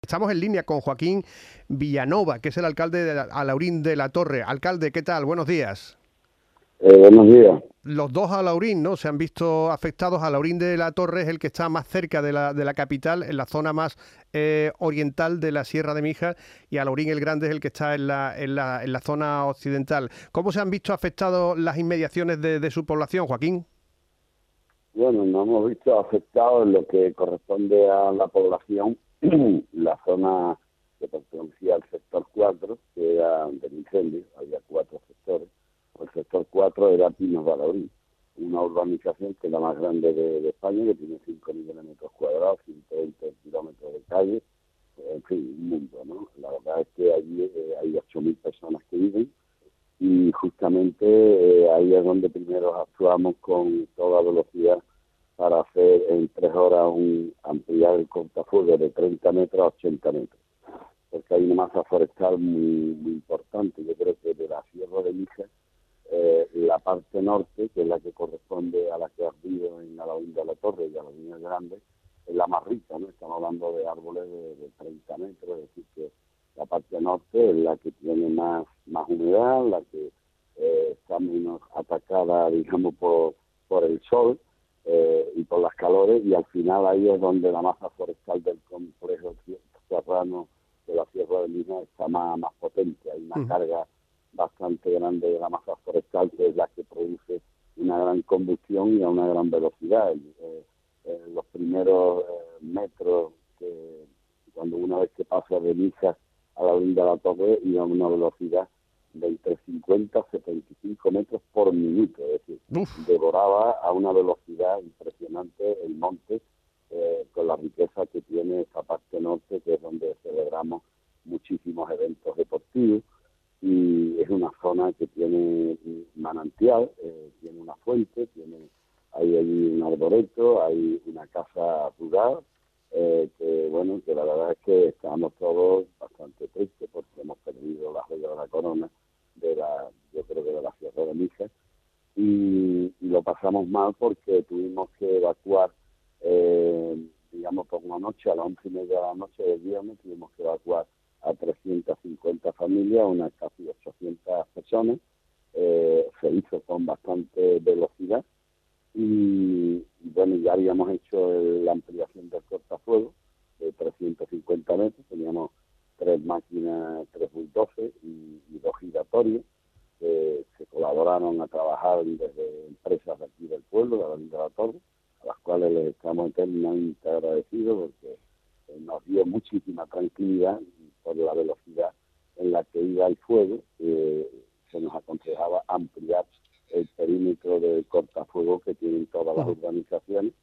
Estamos en línea con Joaquín Villanova, que es el alcalde de Alhaurín de la Torre. Alcalde, ¿qué tal? Buenos días. Buenos días. Los dos Alhaurín, ¿no? Se han visto afectados. Alhaurín de la Torre es el que está más cerca de la capital, en la zona más oriental de la Sierra de Mija, y Alhaurín el Grande es el que está en la zona occidental. ¿Cómo se han visto afectados las inmediaciones de su población, Joaquín? Bueno, nos hemos visto afectados en lo que corresponde a la población, la zona que pertenecía al sector 4, que era del incendio, había 4 sectores. El sector 4 era Pinos de Alhaurín, una urbanización que es la más grande de España, que tiene 5 millones de metros cuadrados, 120 kilómetros de calle, en fin, un mundo, ¿no? La verdad es que allí hay 8.000 personas que viven, y justamente ahí es donde primero actuamos con toda velocidad para hacer en 3 horas ampliar el cortafuegos de 30 metros a 80 metros, porque hay una masa forestal muy importante. Yo creo que de la Sierra de Mija, la parte norte, que es la que corresponde a la que ha habido en Alhaurín de la Torre y Alhaurín el Grande, es la más rica, ¿no? Estamos hablando de árboles de 30 metros, es decir, que la parte norte es la que tiene más humedad, la que está menos atacada, digamos, por el sol y por las calores, y al final ahí es donde la masa forestal del complejo serrano de la Sierra de Mija está más potente. Hay una Ujú. carga bastante grande de la masa forestal, que es la que produce una gran combustión y a una gran velocidad. Los primeros metros, cuando una vez que pasa de Mija a la Linda de la Torre, iba a una velocidad de entre 50 y 75 metros por minuto, es decir, Uf. devoraba a una velocidad impresionante el monte, con la riqueza que tiene esa parte norte, que es donde celebramos muchísimos eventos deportivos, y es una zona que tiene manantial, tiene una fuente, hay allí un arboreto, hay una casa rural, que bueno, que la verdad es que estamos todos bastante tristes porque hemos perdido la joya de la corona yo creo que de la Sierra de Mija, y lo pasamos mal porque tuvimos que evacuar, digamos, por una noche, a las 11:30 de la noche del viernes, tuvimos que evacuar a 350 familias, unas casi 800 personas. Se hizo con bastante velocidad, y bueno, ya habíamos hecho la ampliación del cortafuegos de 350 metros, teníamos 3 máquinas, 3 bulldozers y 2 giratorios, que se colaboraron a trabajar desde empresas de aquí del pueblo, de la Linda de la Torre, a las cuales les estamos eternamente agradecidos, porque nos dio muchísima tranquilidad por la velocidad en la que iba el fuego. Se nos aconsejaba ampliar el perímetro de cortafuego que tienen todas las Ujú. urbanizaciones,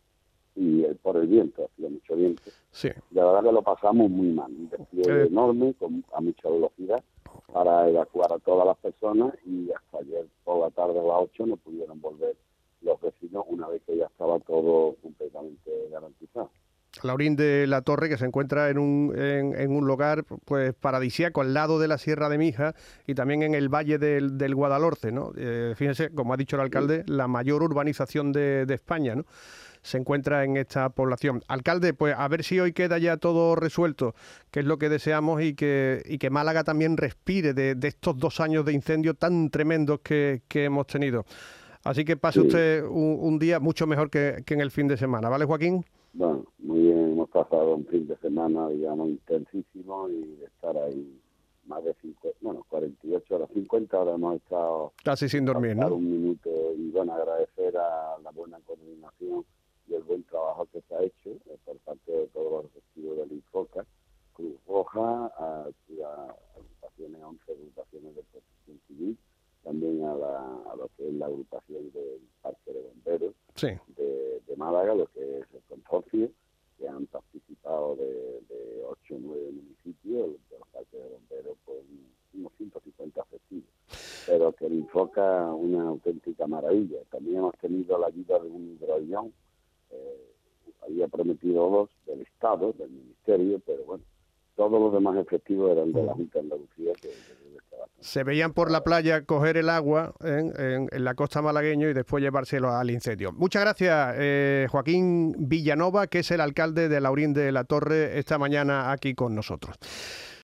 y por el viento, hacía mucho viento. Sí. La verdad que lo pasamos muy mal, un despliegue Eh, enorme, a mucha velocidad, para evacuar a todas las personas, y hasta ayer por la tarde a las 8 no pudieron volver los vecinos una vez que ya estaba todo completamente garantizado. Alhaurín de la Torre, que se encuentra en un lugar pues paradisíaco al lado de la Sierra de Mija y también en el valle del Guadalhorce, ¿no? Fíjense, como ha dicho el Sí, alcalde, la mayor urbanización de España, ¿no? Se encuentra en esta población. Alcalde, pues a ver si hoy queda ya todo resuelto, que es lo que deseamos, y que Málaga también respire de estos 2 años de incendio tan tremendos que hemos tenido. Así que pase sí. usted un día mucho mejor que en el fin de semana, ¿vale, Joaquín? Bueno, muy bien, hemos pasado un fin de semana, digamos, intensísimo, y de estar ahí más de 50, bueno, 48 horas, 50 horas hemos estado Casi sin sin dormir, faltar ¿no? un minuto, y bueno, agradecer a la buena coordinación y el buen trabajo que se ha hecho por parte de todos los efectivos del Infoca, Cruz Roja, a agrupaciones, 11 agrupaciones de protección civil, también a lo que es la agrupación del Parque de Bomberos Sí. de Málaga, lo que es el consorcio, que han participado de 8 o 9 municipios de los parques de bomberos, por unos 150 efectivos, pero que le enfoca una auténtica maravilla. También hemos tenido la ayuda de un hidroavión, había prometido 2 del Estado, del Ministerio, pero bueno, todos los demás efectivos eran de la Mm. Junta de Andalucía, que yo creo que estaba Se veían por la playa coger el agua en la costa malagueña y después llevárselo al incendio. Muchas gracias, Joaquín Villanova, que es el alcalde de Laurín de la Torre, esta mañana aquí con nosotros.